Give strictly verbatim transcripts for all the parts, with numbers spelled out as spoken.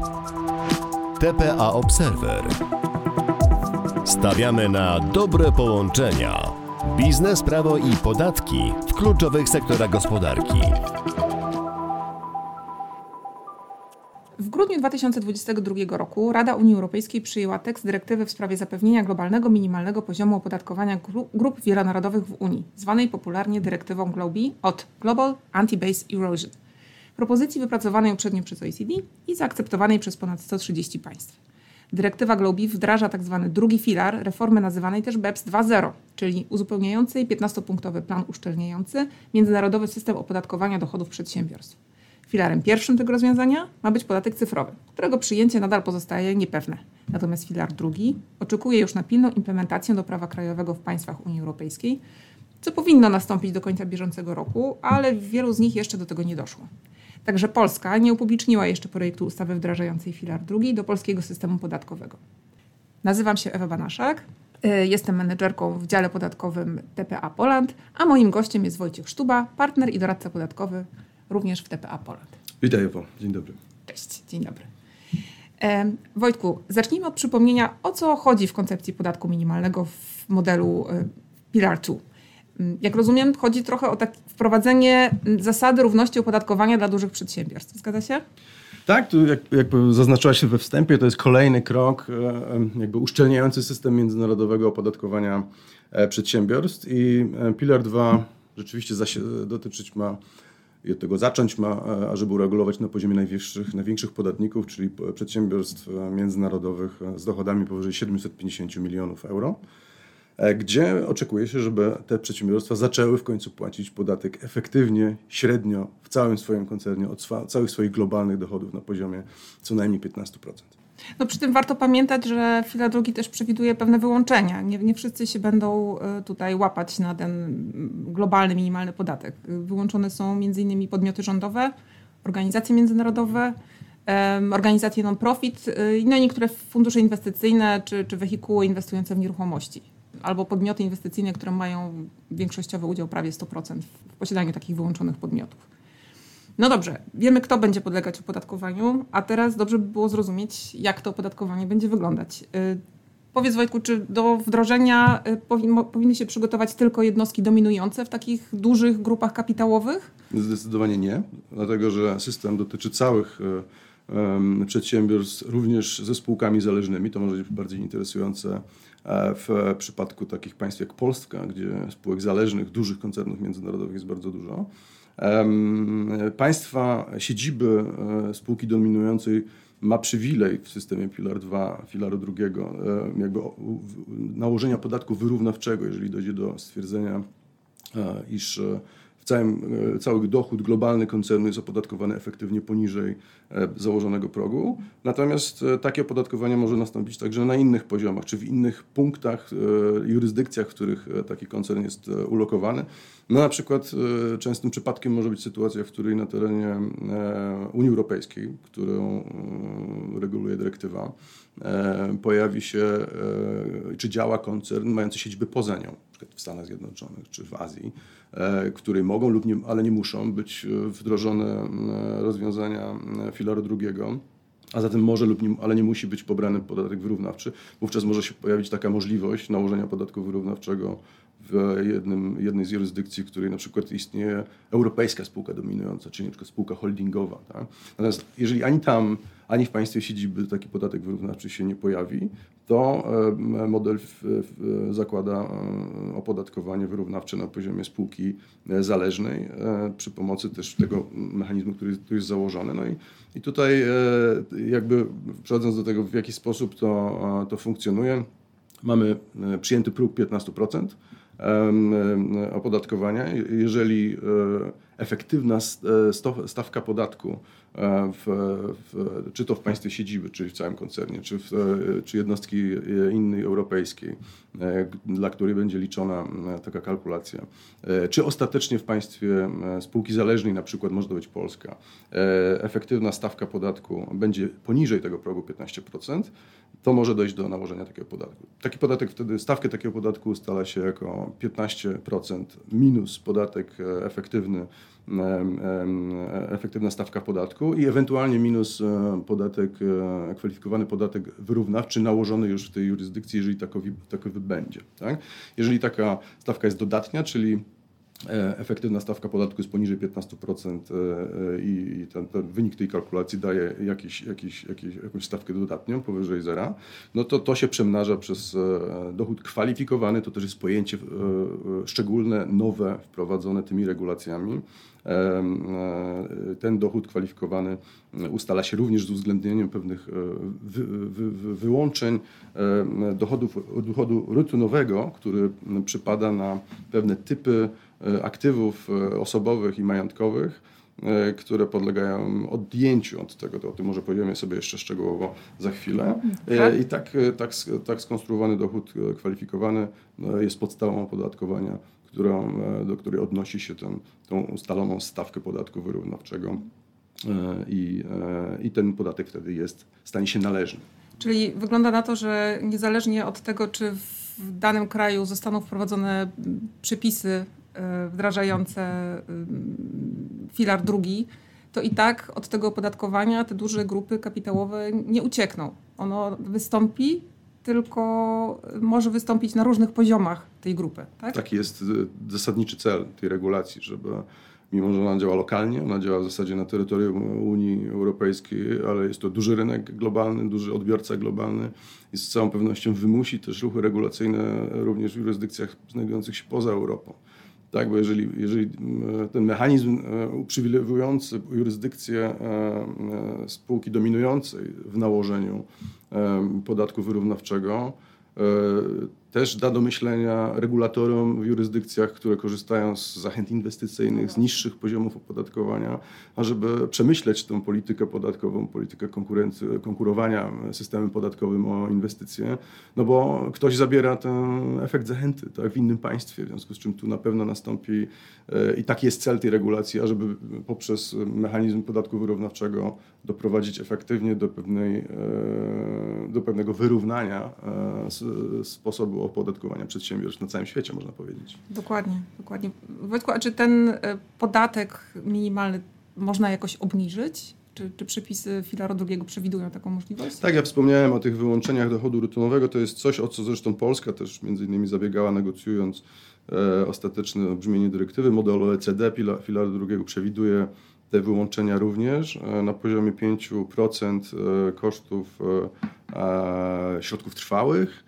T P A Observer. Stawiamy na dobre połączenia. Biznes, prawo i podatki w kluczowych sektorach gospodarki. W grudniu dwa tysiące dwudziestego drugiego roku Rada Unii Europejskiej przyjęła tekst dyrektywy w sprawie zapewnienia globalnego minimalnego poziomu opodatkowania grup wielonarodowych w Unii, zwanej popularnie dyrektywą GloBE od Global Anti-Base Erosion, propozycji wypracowanej uprzednio przez O E C D i zaakceptowanej przez ponad sto trzydzieści państw. Dyrektywa GloBE wdraża tzw. drugi filar reformy nazywanej też B E P S dwa zero, czyli uzupełniający i piętnastopunktowy plan uszczelniający międzynarodowy system opodatkowania dochodów przedsiębiorstw. Filarem pierwszym tego rozwiązania ma być podatek cyfrowy, którego przyjęcie nadal pozostaje niepewne. Natomiast filar drugi oczekuje już na pilną implementację do prawa krajowego w państwach Unii Europejskiej, co powinno nastąpić do końca bieżącego roku, ale w wielu z nich jeszcze do tego nie doszło. Także Polska nie upubliczniła jeszcze projektu ustawy wdrażającej filar drugi do polskiego systemu podatkowego. Nazywam się Ewa Banaszak, jestem menedżerką w dziale podatkowym T P A Poland, a moim gościem jest Wojciech Sztuba, partner i doradca podatkowy również w T P A Poland. Witaj Ewo, dzień dobry. Cześć, dzień dobry. E, Wojtku, zacznijmy od przypomnienia, o co chodzi w koncepcji podatku minimalnego w modelu e, Pilar dwa. Jak rozumiem, chodzi trochę o takie wprowadzenie zasady równości opodatkowania dla dużych przedsiębiorstw. Zgadza się? Tak, tu jak, jak zaznaczyłaś się we wstępie, to jest kolejny krok jakby uszczelniający system międzynarodowego opodatkowania przedsiębiorstw i Pilar dwa rzeczywiście dotyczyć ma i od tego zacząć ma, ażeby uregulować na poziomie najwyższych, największych podatników, czyli przedsiębiorstw międzynarodowych z dochodami powyżej siedemset pięćdziesiąt milionów euro, gdzie oczekuje się, żeby te przedsiębiorstwa zaczęły w końcu płacić podatek efektywnie, średnio w całym swoim koncernie od swa, całych swoich globalnych dochodów na poziomie co najmniej piętnaście procent. No przy tym warto pamiętać, że filar drugi też przewiduje pewne wyłączenia. Nie, nie wszyscy się będą tutaj łapać na ten globalny, minimalny podatek. Wyłączone są między innymi podmioty rządowe, organizacje międzynarodowe, um, organizacje non-profit, no i niektóre fundusze inwestycyjne czy, czy wehikuły inwestujące w nieruchomości. Albo podmioty inwestycyjne, które mają większościowy udział, prawie sto procent w posiadaniu takich wyłączonych podmiotów. No dobrze, wiemy, kto będzie podlegać opodatkowaniu, a teraz dobrze by było zrozumieć, jak to opodatkowanie będzie wyglądać. Yy, powiedz Wojtku, czy do wdrożenia yy, powin, powinny się przygotować tylko jednostki dominujące w takich dużych grupach kapitałowych? Zdecydowanie nie, dlatego że system dotyczy całych yy, yy, przedsiębiorstw, również ze spółkami zależnymi. To może być bardziej interesujące w przypadku takich państw jak Polska, gdzie spółek zależnych, dużych koncernów międzynarodowych jest bardzo dużo. Państwa siedziby spółki dominującej ma przywilej w systemie Pilar dwa, filaru drugiego, jakby nałożenia podatku wyrównawczego, jeżeli dojdzie do stwierdzenia, iż w całym, cały dochód globalny koncernu jest opodatkowany efektywnie poniżej założonego progu. Natomiast takie opodatkowanie może nastąpić także na innych poziomach, czy w innych punktach, jurysdykcjach, w których taki koncern jest ulokowany. No na przykład częstym przypadkiem może być sytuacja, w której na terenie Unii Europejskiej, którą reguluje dyrektywa, pojawi się, czy działa koncern mający siedzibę poza nią, na przykład w Stanach Zjednoczonych czy w Azji, której mogą lub nie, ale nie muszą być wdrożone rozwiązania filaru drugiego, a zatem może lub nie, ale nie musi być pobrany podatek wyrównawczy. Wówczas może się pojawić taka możliwość nałożenia podatku wyrównawczego w jednym, jednej z jurysdykcji, w której na przykład istnieje europejska spółka dominująca, czyli na przykład spółka holdingowa. Tak? Natomiast jeżeli ani tam, ani w państwie siedziby taki podatek wyrównawczy się nie pojawi, to model w, w, zakłada opodatkowanie wyrównawcze na poziomie spółki zależnej przy pomocy też tego mechanizmu, który tu jest założony. No i, i tutaj jakby przechodząc do tego, w jaki sposób to, to funkcjonuje, mamy przyjęty próg piętnaście procent opodatkowania. Jeżeli efektywna stawka podatku w, w, czy to w państwie siedziby, czy w całym koncernie, czy, w, czy jednostki innej europejskiej, dla której będzie liczona taka kalkulacja, czy ostatecznie w państwie spółki zależnej, na przykład może to być Polska, efektywna stawka podatku będzie poniżej tego progu piętnaście procent, to może dojść do nałożenia takiego podatku. Taki podatek wtedy, stawkę takiego podatku ustala się jako piętnaście procent minus podatek efektywny efektywna stawka podatku i ewentualnie minus podatek, kwalifikowany podatek wyrównawczy nałożony już w tej jurysdykcji, jeżeli takowy, takowy będzie. Tak? Jeżeli taka stawka jest dodatnia, czyli efektywna stawka podatku jest poniżej piętnaście procent i ten, ten wynik tej kalkulacji daje jakiś, jakiś, jakiś, jakąś stawkę dodatnią powyżej zera, no to to się przemnaża przez dochód kwalifikowany, to też jest pojęcie szczególne, nowe, wprowadzone tymi regulacjami. Ten dochód kwalifikowany ustala się również z uwzględnieniem pewnych wy, wy, wy, wyłączeń dochodów, dochodu rutynowego, który przypada na pewne typy aktywów osobowych i majątkowych, które podlegają odjęciu od tego. To o tym może powiemy sobie jeszcze szczegółowo za chwilę. I tak, tak, tak skonstruowany dochód kwalifikowany jest podstawą opodatkowania, którą, do której odnosi się ten, tą ustaloną stawkę podatku wyrównawczego i, i ten podatek wtedy jest, stanie się należny. Czyli wygląda na to, że niezależnie od tego, czy w danym kraju zostaną wprowadzone przepisy wdrażające filar drugi, to i tak od tego opodatkowania te duże grupy kapitałowe nie uciekną. Ono wystąpi, tylko może wystąpić na różnych poziomach tej grupy. Tak? Taki jest zasadniczy cel tej regulacji, żeby mimo że ona działa lokalnie, ona działa w zasadzie na terytorium Unii Europejskiej, ale jest to duży rynek globalny, duży odbiorca globalny i z całą pewnością wymusi też ruchy regulacyjne również w jurysdykcjach znajdujących się poza Europą. Tak, bo jeżeli, jeżeli ten mechanizm uprzywilejowujący jurysdykcję spółki dominującej w nałożeniu podatku wyrównawczego też da do myślenia regulatorom w jurysdykcjach, które korzystają z zachęt inwestycyjnych, z niższych poziomów opodatkowania, ażeby przemyśleć tę politykę podatkową, politykę konkurencji, konkurowania systemem podatkowym o inwestycje, no bo ktoś zabiera ten efekt zachęty, tak, w innym państwie, w związku z czym tu na pewno nastąpi i taki jest cel tej regulacji, ażeby poprzez mechanizm podatku wyrównawczego doprowadzić efektywnie do, pewnej, do pewnego wyrównania sposobu opodatkowania przedsiębiorstw na całym świecie, można powiedzieć. Dokładnie, dokładnie. Wojtku, a czy ten podatek minimalny można jakoś obniżyć? Czy, czy przepisy filaru drugiego przewidują taką możliwość? Tak, ja wspomniałem o tych wyłączeniach dochodu rutynowego. To jest coś, o co zresztą Polska też między innymi zabiegała, negocjując e, ostateczne brzmienie dyrektywy. Model O E C D filaru drugiego przewiduje te wyłączenia również e, na poziomie pięć procent e, kosztów e, środków trwałych,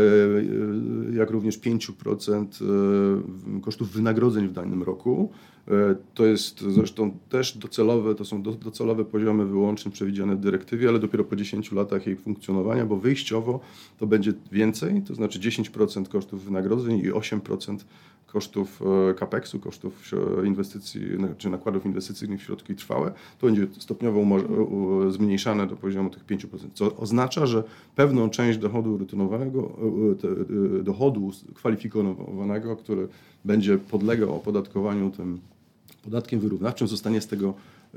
jak również pięć procent kosztów wynagrodzeń w danym roku. To jest zresztą też docelowe, to są docelowe poziomy wyłączeń przewidziane w dyrektywie, ale dopiero po dziesięciu latach jej funkcjonowania, bo wyjściowo to będzie więcej, to znaczy dziesięć procent kosztów wynagrodzeń i osiem procent kosztów kapeksu, kosztów inwestycji, czy nakładów inwestycyjnych w środki trwałe. To będzie stopniowo zmniejszane do poziomu tych pięć procent, co oznacza, że pewną część dochodu rutynowego, dochodu kwalifikowanego, który będzie podlegał opodatkowaniu tym podatkiem wyrównawczym, zostanie z tego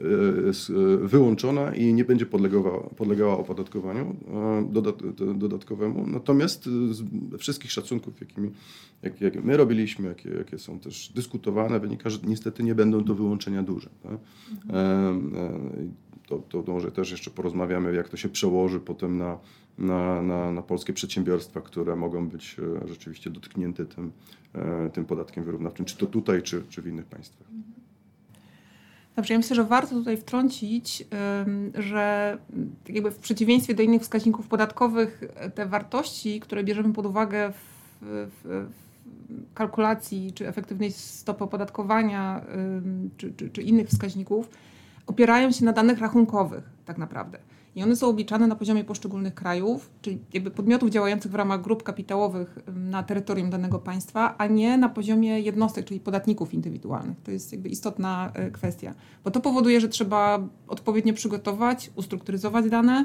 wyłączona i nie będzie podlegała, podlegała opodatkowaniu dodatkowemu. Natomiast ze wszystkich szacunków, jakimi, jakie, jakie my robiliśmy, jakie, jakie są też dyskutowane, wynika, że niestety nie będą to wyłączenia duże. Tak? Mhm. To, to, to może też jeszcze porozmawiamy, jak to się przełoży potem na, na, na, na polskie przedsiębiorstwa, które mogą być rzeczywiście dotknięte tym, tym podatkiem wyrównawczym, czy to tutaj, czy, czy w innych państwach. Dobrze, ja myślę, że warto tutaj wtrącić, że jakby w przeciwieństwie do innych wskaźników podatkowych te wartości, które bierzemy pod uwagę w, w, w kalkulacji czy efektywnej stopy opodatkowania czy, czy, czy innych wskaźników, opierają się na danych rachunkowych tak naprawdę. I one są obliczane na poziomie poszczególnych krajów, czyli jakby podmiotów działających w ramach grup kapitałowych na terytorium danego państwa, a nie na poziomie jednostek, czyli podatników indywidualnych. To jest jakby istotna kwestia, bo to powoduje, że trzeba odpowiednio przygotować, ustrukturyzować dane.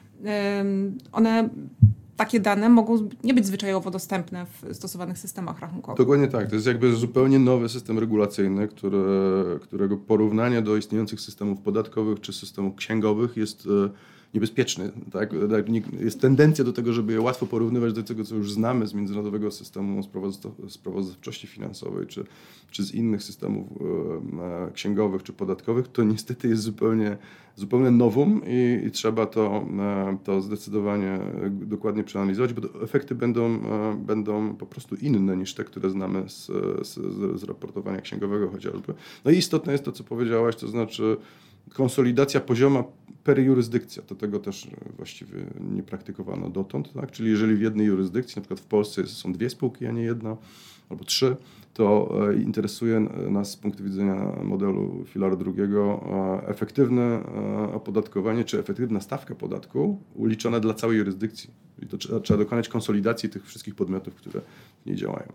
One, takie dane mogą nie być zwyczajowo dostępne w stosowanych systemach rachunkowych. Dokładnie tak. To jest jakby zupełnie nowy system regulacyjny, który, którego porównanie do istniejących systemów podatkowych czy systemów księgowych jest niebezpieczny. Tak? Jest tendencja do tego, żeby je łatwo porównywać do tego, co już znamy z międzynarodowego systemu sprawozdawczości finansowej, czy, czy z innych systemów e, księgowych, czy podatkowych. To niestety jest zupełnie, zupełnie nowum i, i trzeba to, e, to zdecydowanie dokładnie przeanalizować, bo to efekty będą, e, będą po prostu inne niż te, które znamy z, z, z raportowania księgowego chociażby. No i istotne jest to, co powiedziałaś, to znaczy konsolidacja pozioma per jurysdykcja. To tego też właściwie nie praktykowano dotąd. Tak? Czyli jeżeli w jednej jurysdykcji, na przykład w Polsce są dwie spółki, a nie jedna, albo trzy, to interesuje nas z punktu widzenia modelu filaru drugiego efektywne opodatkowanie, czy efektywna stawka podatku uliczona dla całej jurysdykcji. I to trzeba, trzeba dokonać konsolidacji tych wszystkich podmiotów, które nie działają.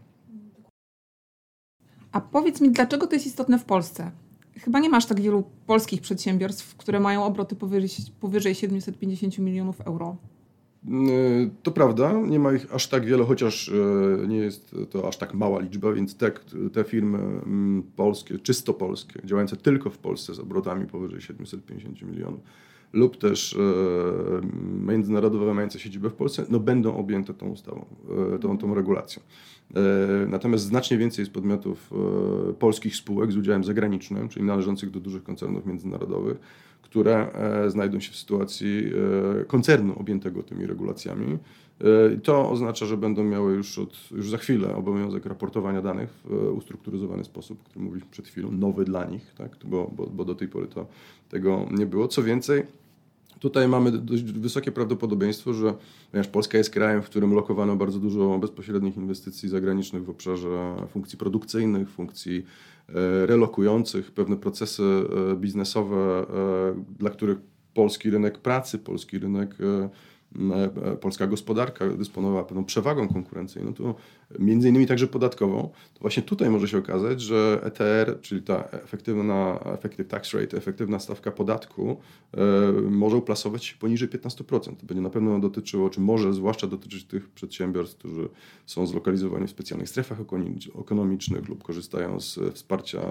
A powiedz mi, dlaczego to jest istotne w Polsce? Chyba nie masz tak wielu polskich przedsiębiorstw, które mają obroty powyżej, powyżej siedemset pięćdziesiąt milionów euro. To prawda, nie ma ich aż tak wiele, chociaż nie jest to aż tak mała liczba, więc te, te firmy polskie, czysto polskie, działające tylko w Polsce z obrotami powyżej siedemset pięćdziesiąt milionów lub też międzynarodowe mające siedzibę w Polsce, no będą objęte tą ustawą, tą, tą regulacją. Natomiast znacznie więcej jest podmiotów polskich spółek z udziałem zagranicznym, czyli należących do dużych koncernów międzynarodowych, które znajdą się w sytuacji koncernu objętego tymi regulacjami. To oznacza, że będą miały już, od, już za chwilę obowiązek raportowania danych w ustrukturyzowany sposób, o którym mówiliśmy przed chwilą, nowy dla nich, tak? bo, bo, bo do tej pory to, tego nie było. Co więcej, tutaj mamy dość wysokie prawdopodobieństwo, że ponieważ Polska jest krajem, w którym lokowano bardzo dużo bezpośrednich inwestycji zagranicznych w obszarze funkcji produkcyjnych, funkcji relokujących, pewne procesy biznesowe, dla których polski rynek pracy, polski rynek, polska gospodarka dysponowała pewną przewagą konkurencyjną, to między innymi także podatkową, to właśnie tutaj może się okazać, że E T R, czyli ta efektywna effective tax rate, efektywna stawka podatku może uplasować się poniżej piętnaście procent. To będzie na pewno dotyczyło, czy może zwłaszcza dotyczyć tych przedsiębiorstw, którzy są zlokalizowani w specjalnych strefach ekonomicznych lub korzystają z wsparcia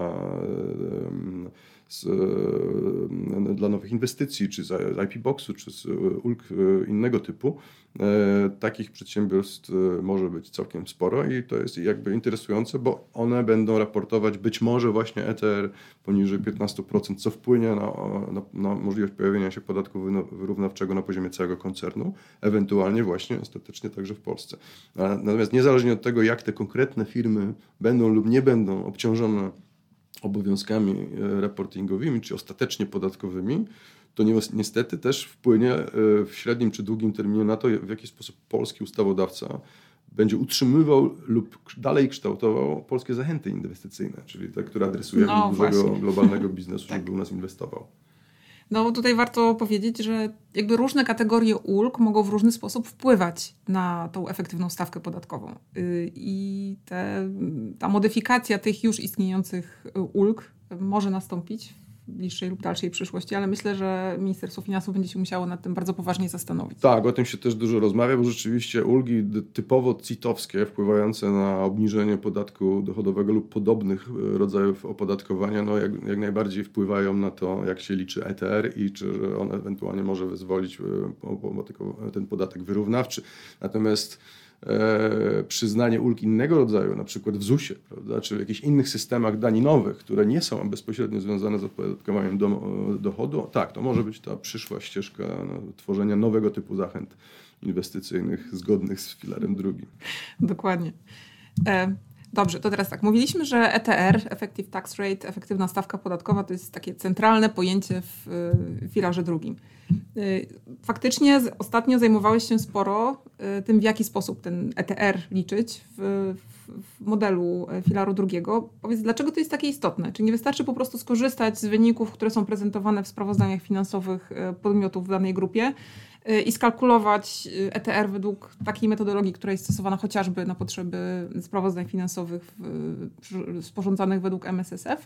Z, dla nowych inwestycji, czy z I P Boxu, czy z ulg innego typu. E, takich przedsiębiorstw może być całkiem sporo i to jest jakby interesujące, bo one będą raportować być może właśnie E T R poniżej piętnaście procent, co wpłynie na, na, na możliwość pojawienia się podatku wyrównawczego na poziomie całego koncernu, ewentualnie właśnie ostatecznie także w Polsce. Natomiast niezależnie od tego, jak te konkretne firmy będą lub nie będą obciążone obowiązkami reportingowymi, czy ostatecznie podatkowymi, to niestety też wpłynie w średnim czy długim terminie na to, w jaki sposób polski ustawodawca będzie utrzymywał lub dalej kształtował polskie zachęty inwestycyjne, czyli te, które adresujemy no, do dużego właśnie. globalnego biznesu, tak. żeby u nas inwestował. No tutaj warto powiedzieć, że jakby różne kategorie ulg mogą w różny sposób wpływać na tą efektywną stawkę podatkową. I te, ta modyfikacja tych już istniejących ulg może nastąpić w bliższej lub dalszej przyszłości, ale myślę, że Ministerstwo Finansów będzie się musiało nad tym bardzo poważnie zastanowić. Tak, o tym się też dużo rozmawia, bo rzeczywiście ulgi typowo C I T-owskie wpływające na obniżenie podatku dochodowego lub podobnych rodzajów opodatkowania, no jak, jak najbardziej wpływają na to, jak się liczy E T R i czy on ewentualnie może wyzwolić ten podatek wyrównawczy. Natomiast E, przyznanie ulg innego rodzaju, na przykład w zusie, prawda, czy w jakichś innych systemach daninowych, które nie są bezpośrednio związane z opodatkowaniem do, dochodu, tak, to może być ta przyszła ścieżka no, tworzenia nowego typu zachęt inwestycyjnych zgodnych z filarem drugim. Dokładnie. E, dobrze, to teraz tak. Mówiliśmy, że E T R, Effective Tax Rate, efektywna stawka podatkowa, to jest takie centralne pojęcie w, w filarze drugim. Faktycznie ostatnio zajmowałeś się sporo tym, w jaki sposób ten E T R liczyć w, w modelu filaru drugiego. Powiedz, dlaczego to jest takie istotne? Czy nie wystarczy po prostu skorzystać z wyników, które są prezentowane w sprawozdaniach finansowych podmiotów w danej grupie i skalkulować E T R według takiej metodologii, która jest stosowana chociażby na potrzeby sprawozdań finansowych w, sporządzanych według M S S F?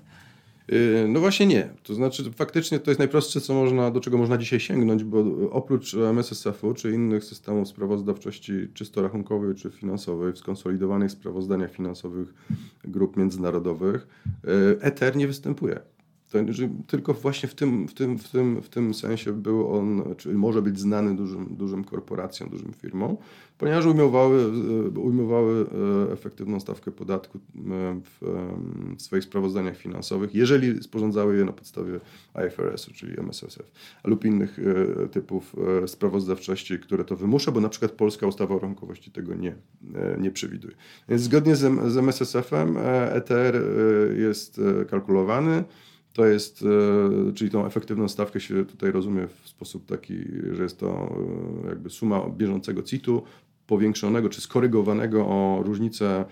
No właśnie nie. To znaczy faktycznie to jest najprostsze, co można, do czego można dzisiaj sięgnąć, bo oprócz M S S F-u czy innych systemów sprawozdawczości czysto rachunkowej czy finansowej w skonsolidowanych sprawozdaniach finansowych grup międzynarodowych E T R nie występuje. Tylko właśnie w tym, w tym, w tym, w tym sensie był on, czyli może być znany dużym, dużym korporacjom, dużym firmom, ponieważ ujmowały, ujmowały efektywną stawkę podatku w, w swoich sprawozdaniach finansowych, jeżeli sporządzały je na podstawie I F R S-u, czyli M S S F, lub innych typów sprawozdawczości, które to wymusza, bo na przykład polska ustawa o rachunkowości tego nie, nie przewiduje. Więc zgodnie z, z M S S F-em E T R jest kalkulowany. To jest, czyli tą efektywną stawkę się tutaj rozumie w sposób taki, że jest to jakby suma bieżącego C I T-u powiększonego czy skorygowanego o różnicę,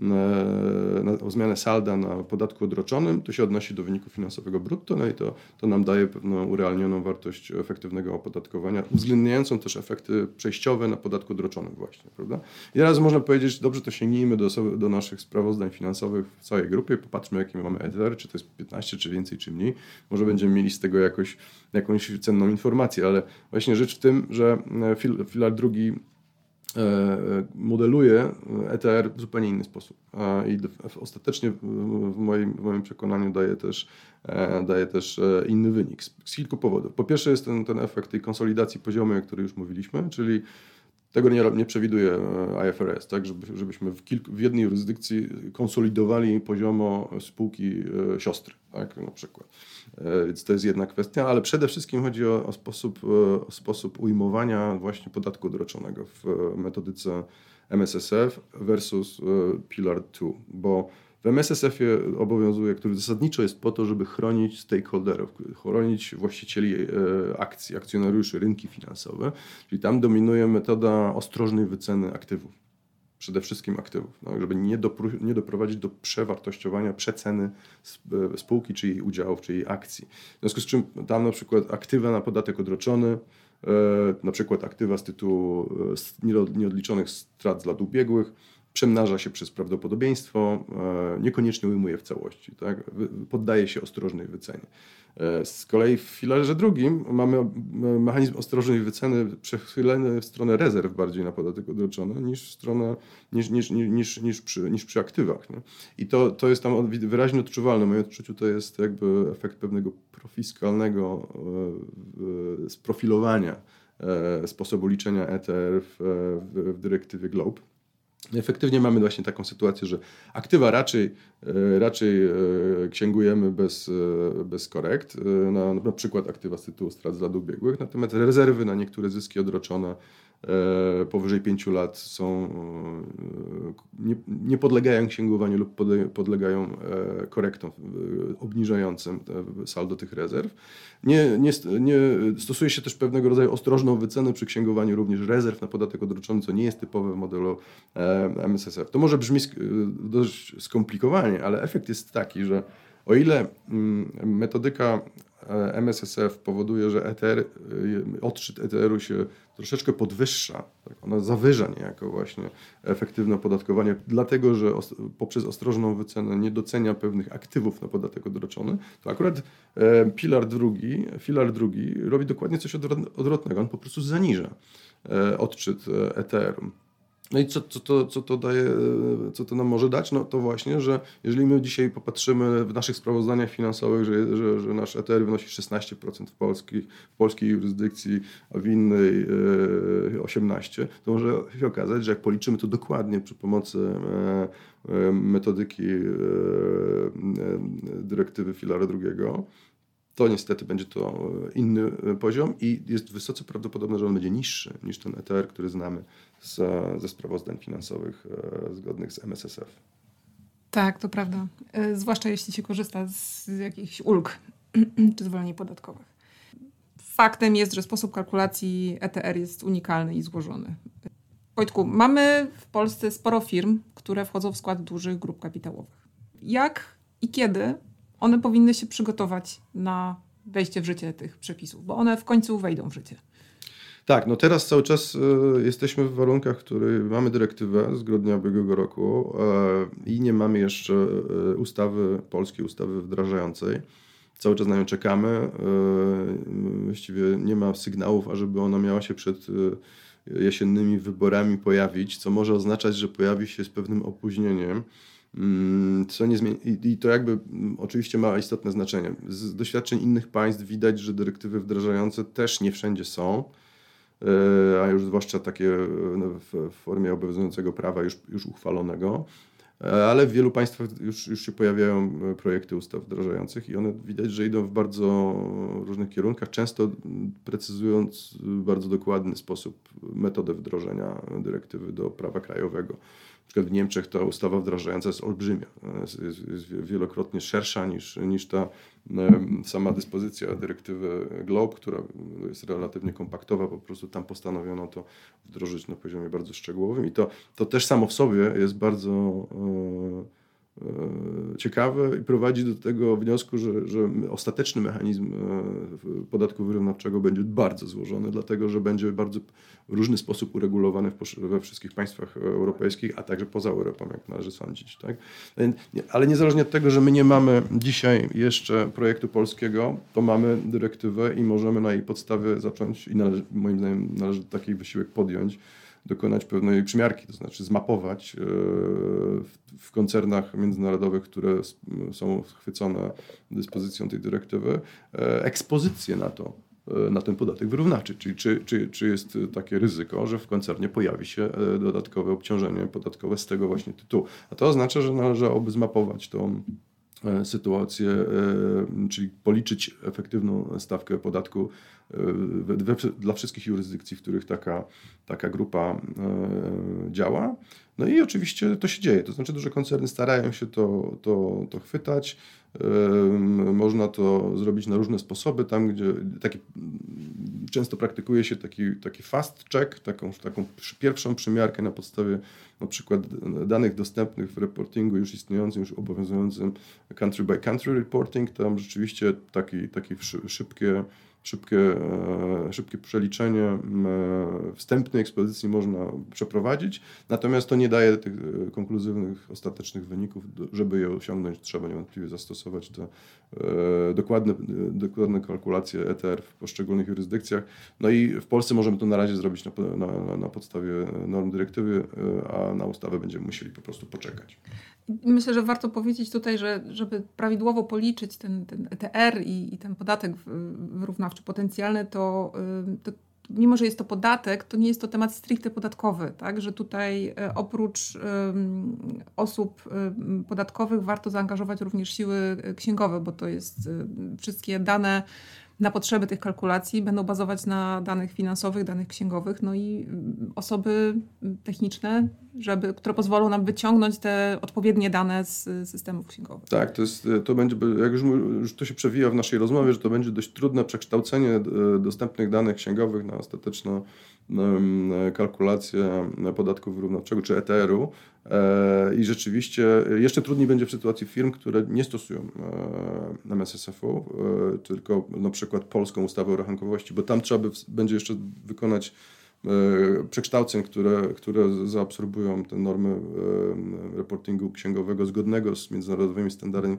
o zmianę salda na podatku odroczonym. To się odnosi do wyniku finansowego brutto, no i to, to nam daje pewną urealnioną wartość efektywnego opodatkowania, uwzględniającą też efekty przejściowe na podatku odroczonym właśnie, prawda? I teraz można powiedzieć, dobrze, to sięgnijmy do, do naszych sprawozdań finansowych w całej grupie, popatrzmy, jaki mamy E T R, czy to jest piętnaście, czy więcej, czy mniej. Może będziemy mieli z tego jakoś, jakąś cenną informację, ale właśnie rzecz w tym, że filar drugi modeluje E T R w zupełnie inny sposób i ostatecznie w moim, w moim przekonaniu daje też, daje też inny wynik z kilku powodów. Po pierwsze jest ten, ten efekt tej konsolidacji poziomej, o której już mówiliśmy, czyli tego nie, nie przewiduje I F R S, tak, żeby, żebyśmy w, kilku, w jednej jurysdykcji konsolidowali poziomo spółki e, siostry, tak, na przykład. E, więc to jest jedna kwestia, ale przede wszystkim chodzi o, o, sposób, e, o sposób ujmowania właśnie podatku odroczonego w metodyce M S S F versus e, Pillar dwa, bo w M S S F-ie obowiązuje, który zasadniczo jest po to, żeby chronić stakeholderów, chronić właścicieli akcji, akcjonariuszy, rynki finansowe, czyli tam dominuje metoda ostrożnej wyceny aktywów, przede wszystkim aktywów, no, żeby nie, dopr- nie doprowadzić do przewartościowania, przeceny spółki, czy jej udziałów, czy jej akcji. W związku z czym tam na przykład aktywa na podatek odroczony, na przykład aktywa z tytułu nieodliczonych strat z lat ubiegłych, przemnaża się przez prawdopodobieństwo, niekoniecznie ujmuje w całości, tak? Poddaje się ostrożnej wycenie. Z kolei w filarze drugim mamy mechanizm ostrożnej wyceny przechylony w stronę rezerw bardziej na podatek odroczony niż w stronę, niż, niż, niż, niż, przy, niż przy aktywach. Nie? I to, to jest tam wyraźnie odczuwalne. W moim odczuciu to jest jakby efekt pewnego profiskalnego sprofilowania sposobu liczenia E T R w, w, w dyrektywie GloBE. Efektywnie mamy właśnie taką sytuację, że aktywa raczej, raczej księgujemy bez, bez korekt, na, na przykład aktywa z tytułu strat z lat ubiegłych, natomiast rezerwy na niektóre zyski odroczone powyżej pięciu lat są, nie, nie podlegają księgowaniu lub podlegają korektom obniżającym saldo tych rezerw. Nie, nie, nie stosuje się też pewnego rodzaju ostrożną wycenę przy księgowaniu również rezerw na podatek odroczony, co nie jest typowe w modelu M S S F. To może brzmi dość skomplikowanie, ale efekt jest taki, że o ile metodyka M S S F powoduje, że E T R, odczyt E T R-u się troszeczkę podwyższa, tak? Ona zawyża niejako właśnie efektywne opodatkowanie, dlatego że os- poprzez ostrożną wycenę nie docenia pewnych aktywów na podatek odroczony, to akurat e, filar drugi, filar drugi robi dokładnie coś odwrotnego, on po prostu zaniża e, odczyt E T R-u. No i co, co, to, co to daje, co to nam może dać? No to właśnie, że jeżeli my dzisiaj popatrzymy w naszych sprawozdaniach finansowych, że, że, że nasz E T R wynosi szesnaście procent w, polskiej, w polskiej jurysdykcji, a w innej osiemnaście procent, to może się okazać, że jak policzymy to dokładnie przy pomocy metodyki dyrektywy filaru drugiego, to niestety będzie to inny poziom i jest wysoce prawdopodobne, że on będzie niższy niż ten E T R, który znamy z, ze sprawozdań finansowych e, zgodnych z M S S F. Tak, to prawda. E, zwłaszcza jeśli się korzysta z jakichś ulg czy zwolnień podatkowych. Faktem jest, że sposób kalkulacji E T R jest unikalny i złożony. Wojtku, mamy w Polsce sporo firm, które wchodzą w skład dużych grup kapitałowych. Jak i kiedy one powinny się przygotować na wejście w życie tych przepisów, bo one w końcu wejdą w życie? Tak, no teraz cały czas y, jesteśmy w warunkach, w których mamy dyrektywę z grudnia ubiegłego roku y, i nie mamy jeszcze y, ustawy, polskiej ustawy wdrażającej. Cały czas na nią czekamy. Y, właściwie nie ma sygnałów, ażeby ona miała się przed y, jesiennymi wyborami pojawić, co może oznaczać, że pojawi się z pewnym opóźnieniem. Co nie zmieni- I to jakby oczywiście ma istotne znaczenie. Z doświadczeń innych państw widać, że dyrektywy wdrażające też nie wszędzie są, a już zwłaszcza takie w formie obowiązującego prawa już, już uchwalonego. Ale w wielu państwach już, już się pojawiają projekty ustaw wdrażających i one widać, że idą w bardzo różnych kierunkach, często precyzując w bardzo dokładny sposób metodę wdrożenia dyrektywy do prawa krajowego. Na przykład w Niemczech ta ustawa wdrażająca jest olbrzymia, jest, jest, jest wielokrotnie szersza niż, niż ta sama dyspozycja dyrektywy GloBE, która jest relatywnie kompaktowa, po prostu tam postanowiono to wdrożyć na poziomie bardzo szczegółowym i to, to też samo w sobie jest bardzo e, e, ciekawe i prowadzi do tego wniosku, że, że ostateczny mechanizm e, podatku wyrównawczego będzie bardzo złożony, dlatego że będzie bardzo w różny sposób uregulowany w, we wszystkich państwach europejskich, a także poza Europą, jak należy sądzić. Tak? Ale niezależnie od tego, że my nie mamy dzisiaj jeszcze projektu polskiego, to mamy dyrektywę i możemy na jej podstawie zacząć, i należy, moim zdaniem należy taki wysiłek podjąć, dokonać pewnej przymiarki, to znaczy zmapować w koncernach międzynarodowych, które są chwycone dyspozycją tej dyrektywy, ekspozycję na to, na ten podatek wyrównawczy, czyli czy, czy, czy jest takie ryzyko, że w koncernie pojawi się dodatkowe obciążenie podatkowe z tego właśnie tytułu. A to oznacza, że należałoby zmapować tą sytuację, czyli policzyć efektywną stawkę podatku we, we, dla wszystkich jurysdykcji, w których taka, taka grupa działa. No i oczywiście to się dzieje, to znaczy duże koncerny starają się to, to, to chwytać. Można to zrobić na różne sposoby, tam gdzie taki, często praktykuje się taki, taki fast check, taką, taką pierwszą przymiarkę na podstawie na przykład danych dostępnych w reportingu już istniejącym, już obowiązującym country by country reporting, tam rzeczywiście taki, taki szybkie Szybkie, szybkie przeliczenie wstępnej ekspozycji można przeprowadzić, natomiast to nie daje tych konkluzywnych, ostatecznych wyników. Żeby je osiągnąć, trzeba niewątpliwie zastosować te dokładne, dokładne kalkulacje E T R w poszczególnych jurysdykcjach. No i w Polsce możemy to na razie zrobić na, na, na podstawie norm dyrektywy, a na ustawę będziemy musieli po prostu poczekać. Myślę, że warto powiedzieć tutaj, że żeby prawidłowo policzyć ten, ten E T R i, i ten podatek wyrównawczy potencjalny, to, to mimo, że jest to podatek, to nie jest to temat stricte podatkowy, tak? Że tutaj oprócz um, osób um, podatkowych warto zaangażować również siły księgowe, bo to jest um, wszystkie dane na potrzeby tych kalkulacji będą bazować na danych finansowych, danych księgowych, no i osoby techniczne, żeby, które pozwolą nam wyciągnąć te odpowiednie dane z systemów księgowych. Tak, to, jest, to będzie, jak już, już to się przewija w naszej rozmowie, że to będzie dość trudne przekształcenie dostępnych danych księgowych na ostateczną kalkulację podatku wyrównawczego czy E T R-u i rzeczywiście jeszcze trudniej będzie w sytuacji firm, które nie stosują M S S F U, tylko na przykład polską ustawę o rachunkowości, bo tam trzeba by, będzie jeszcze wykonać przekształceń, które, które zaabsorbują te normy reportingu księgowego zgodnego z międzynarodowymi standardami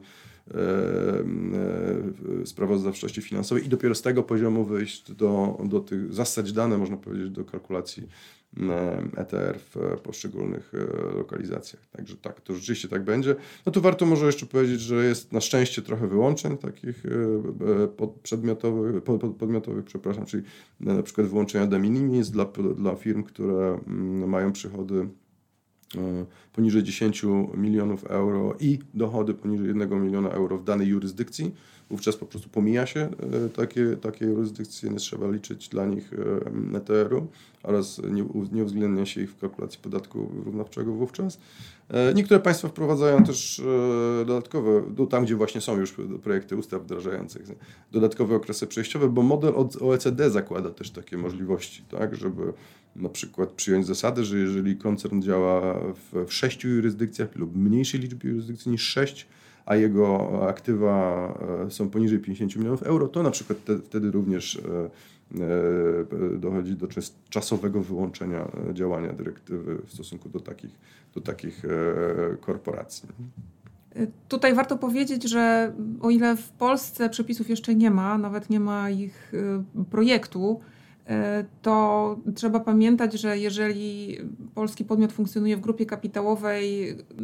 sprawozdawczości finansowej i dopiero z tego poziomu wyjść do, do tych, zassać dane, można powiedzieć, do kalkulacji E T R w poszczególnych lokalizacjach. Także tak, to rzeczywiście tak będzie. No tu warto może jeszcze powiedzieć, że jest na szczęście trochę wyłączeń takich przedmiotowych, podmiotowych, przepraszam, czyli na przykład wyłączenia de minimis dla, dla firm, które mają przychody poniżej dziesięć milionów euro i dochody poniżej jednego miliona euro w danej jurysdykcji. Wówczas po prostu pomija się takie, takie jurysdykcje, nie trzeba liczyć dla nich E T R-u oraz nie, nie uwzględnia się ich w kalkulacji podatku wyrównawczego wówczas. Niektóre państwa wprowadzają też dodatkowe, tam gdzie właśnie są już projekty ustaw wdrażających, dodatkowe okresy przejściowe, bo model od O E C D zakłada też takie możliwości, tak, żeby na przykład przyjąć zasadę, że jeżeli koncern działa w, w sześciu jurysdykcjach lub mniejszej liczbie jurysdykcji niż sześć, a jego aktywa są poniżej pięćdziesiąt milionów euro, to na przykład te, wtedy również dochodzi do czasowego wyłączenia działania dyrektywy w stosunku do takich, do takich korporacji. Tutaj warto powiedzieć, że o ile w Polsce przepisów jeszcze nie ma, nawet nie ma ich projektu, to trzeba pamiętać, że jeżeli polski podmiot funkcjonuje w grupie kapitałowej,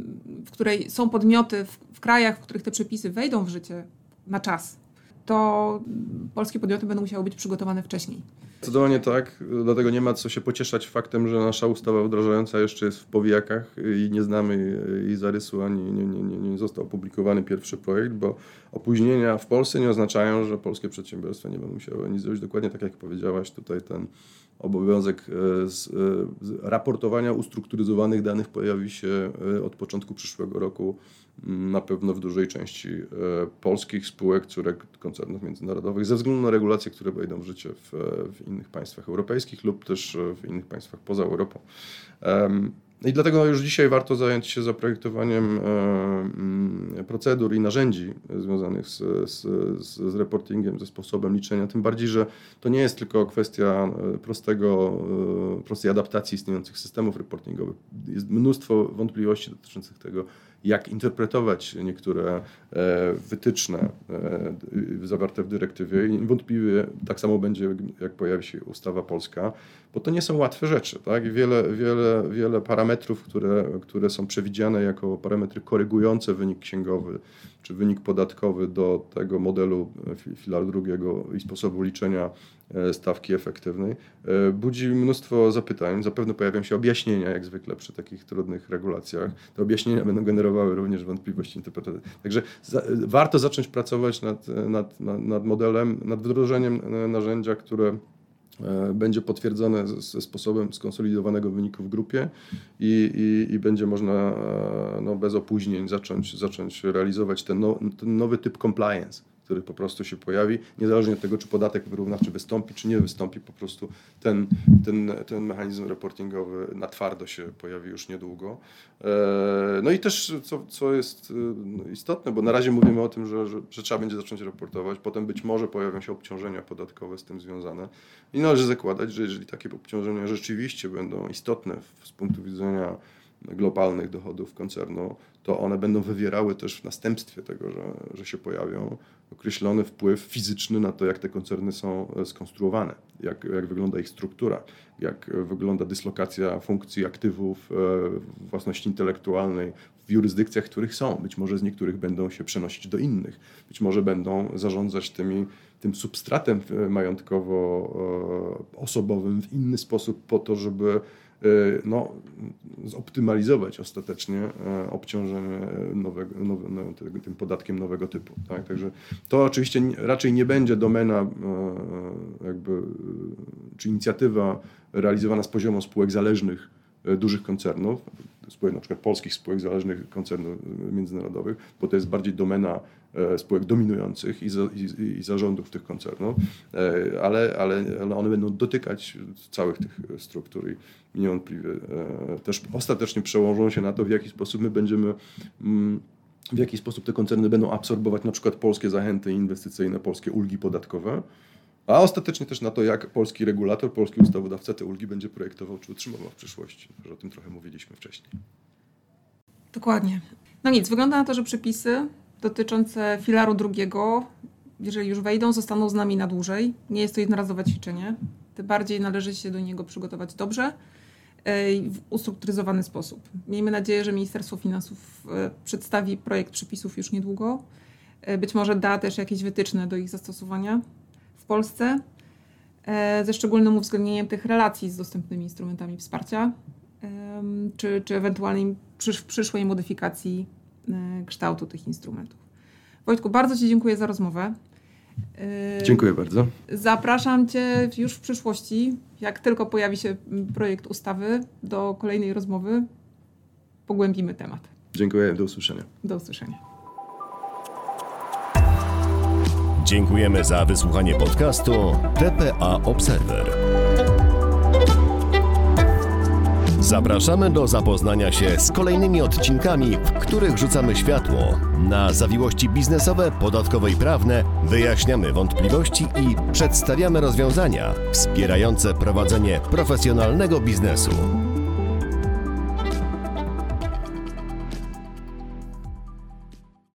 w której są podmioty w, w krajach, w których te przepisy wejdą w życie na czas, to polskie podmioty będą musiały być przygotowane wcześniej. Zdecydowanie tak, dlatego nie ma co się pocieszać faktem, że nasza ustawa wdrażająca jeszcze jest w powijakach i nie znamy jej zarysu, ani nie, nie, nie, nie został opublikowany pierwszy projekt, bo opóźnienia w Polsce nie oznaczają, że polskie przedsiębiorstwa nie będą musiały nic zrobić. Dokładnie tak jak powiedziałaś, tutaj ten obowiązek z, z raportowania ustrukturyzowanych danych pojawi się od początku przyszłego roku na pewno w dużej części polskich spółek, córek koncernów międzynarodowych, ze względu na regulacje, które wejdą w życie w, w innych państwach europejskich lub też w innych państwach poza Europą. I dlatego już dzisiaj warto zająć się zaprojektowaniem procedur i narzędzi związanych z, z, z reportingiem, ze sposobem liczenia. Tym bardziej, że to nie jest tylko kwestia prostego, prostej adaptacji istniejących systemów reportingowych. Jest mnóstwo wątpliwości dotyczących tego, jak interpretować niektóre wytyczne zawarte w dyrektywie. I niewątpliwie tak samo będzie, jak pojawi się ustawa polska, bo to nie są łatwe rzeczy. Tak? Wiele, wiele, wiele parametrów, które, które są przewidziane jako parametry korygujące wynik księgowy czy wynik podatkowy do tego modelu filaru drugiego i sposobu liczenia stawki efektywnej, budzi mnóstwo zapytań. Zapewne pojawią się objaśnienia, jak zwykle przy takich trudnych regulacjach. Te objaśnienia będą generowały również wątpliwości interpretacyjne. Także za, warto zacząć pracować nad, nad, nad, nad modelem, nad wdrożeniem narzędzia, które będzie potwierdzone ze sposobem skonsolidowanego wyniku w grupie i, i, i będzie można no, bez opóźnień zacząć, zacząć realizować ten, no, ten nowy typ compliance, który po prostu się pojawi, niezależnie od tego, czy podatek wyrównawczy wystąpi, czy nie wystąpi, po prostu ten, ten, ten mechanizm reportingowy na twardo się pojawi już niedługo. No i też, co, co jest istotne, bo na razie mówimy o tym, że, że, że trzeba będzie zacząć raportować, potem być może pojawią się obciążenia podatkowe z tym związane i należy zakładać, że jeżeli takie obciążenia rzeczywiście będą istotne z punktu widzenia globalnych dochodów koncernu, to one będą wywierały też w następstwie tego, że, że się pojawią, określony wpływ fizyczny na to, jak te koncerny są skonstruowane, jak, jak wygląda ich struktura, jak wygląda dyslokacja funkcji, aktywów, własności intelektualnej w jurysdykcjach, w których są. Być może z niektórych będą się przenosić do innych. Być może będą zarządzać tymi, tym substratem majątkowo-osobowym w inny sposób po to, żeby no, zoptymalizować ostatecznie obciążenie nowego, nowe, no, tym podatkiem nowego typu. Tak? Także to oczywiście raczej nie będzie domena jakby, czy inicjatywa realizowana z poziomu spółek zależnych dużych koncernów, spółek, na przykład polskich spółek zależnych koncernów międzynarodowych, bo to jest bardziej domena spółek dominujących i, za, i, i zarządów tych koncernów, ale, ale, ale one będą dotykać całych tych struktur i niewątpliwie też ostatecznie przełożą się na to, w jaki sposób my będziemy, w jaki sposób te koncerny będą absorbować na przykład polskie zachęty inwestycyjne, polskie ulgi podatkowe, a ostatecznie też na to, jak polski regulator, polski ustawodawca te ulgi będzie projektował czy utrzymywał w przyszłości. Że o tym trochę mówiliśmy wcześniej. Dokładnie. No nic, wygląda na to, że przepisy dotyczące filaru drugiego, jeżeli już wejdą, zostaną z nami na dłużej. Nie jest to jednorazowe ćwiczenie. Tym bardziej należy się do niego przygotować dobrze i w ustrukturyzowany sposób. Miejmy nadzieję, że Ministerstwo Finansów przedstawi projekt przepisów już niedługo. Być może da też jakieś wytyczne do ich zastosowania w Polsce, ze szczególnym uwzględnieniem tych relacji z dostępnymi instrumentami wsparcia, czy, czy ewentualnej przysz, przyszłej modyfikacji kształtu tych instrumentów. Wojtku, bardzo Ci dziękuję za rozmowę. Dziękuję bardzo. Zapraszam Cię już w przyszłości, jak tylko pojawi się projekt ustawy, do kolejnej rozmowy. Pogłębimy temat. Dziękuję, do usłyszenia. Do usłyszenia. Dziękujemy za wysłuchanie podcastu T P A Observer. Zapraszamy do zapoznania się z kolejnymi odcinkami, w których rzucamy światło na zawiłości biznesowe, podatkowe i prawne, wyjaśniamy wątpliwości i przedstawiamy rozwiązania wspierające prowadzenie profesjonalnego biznesu.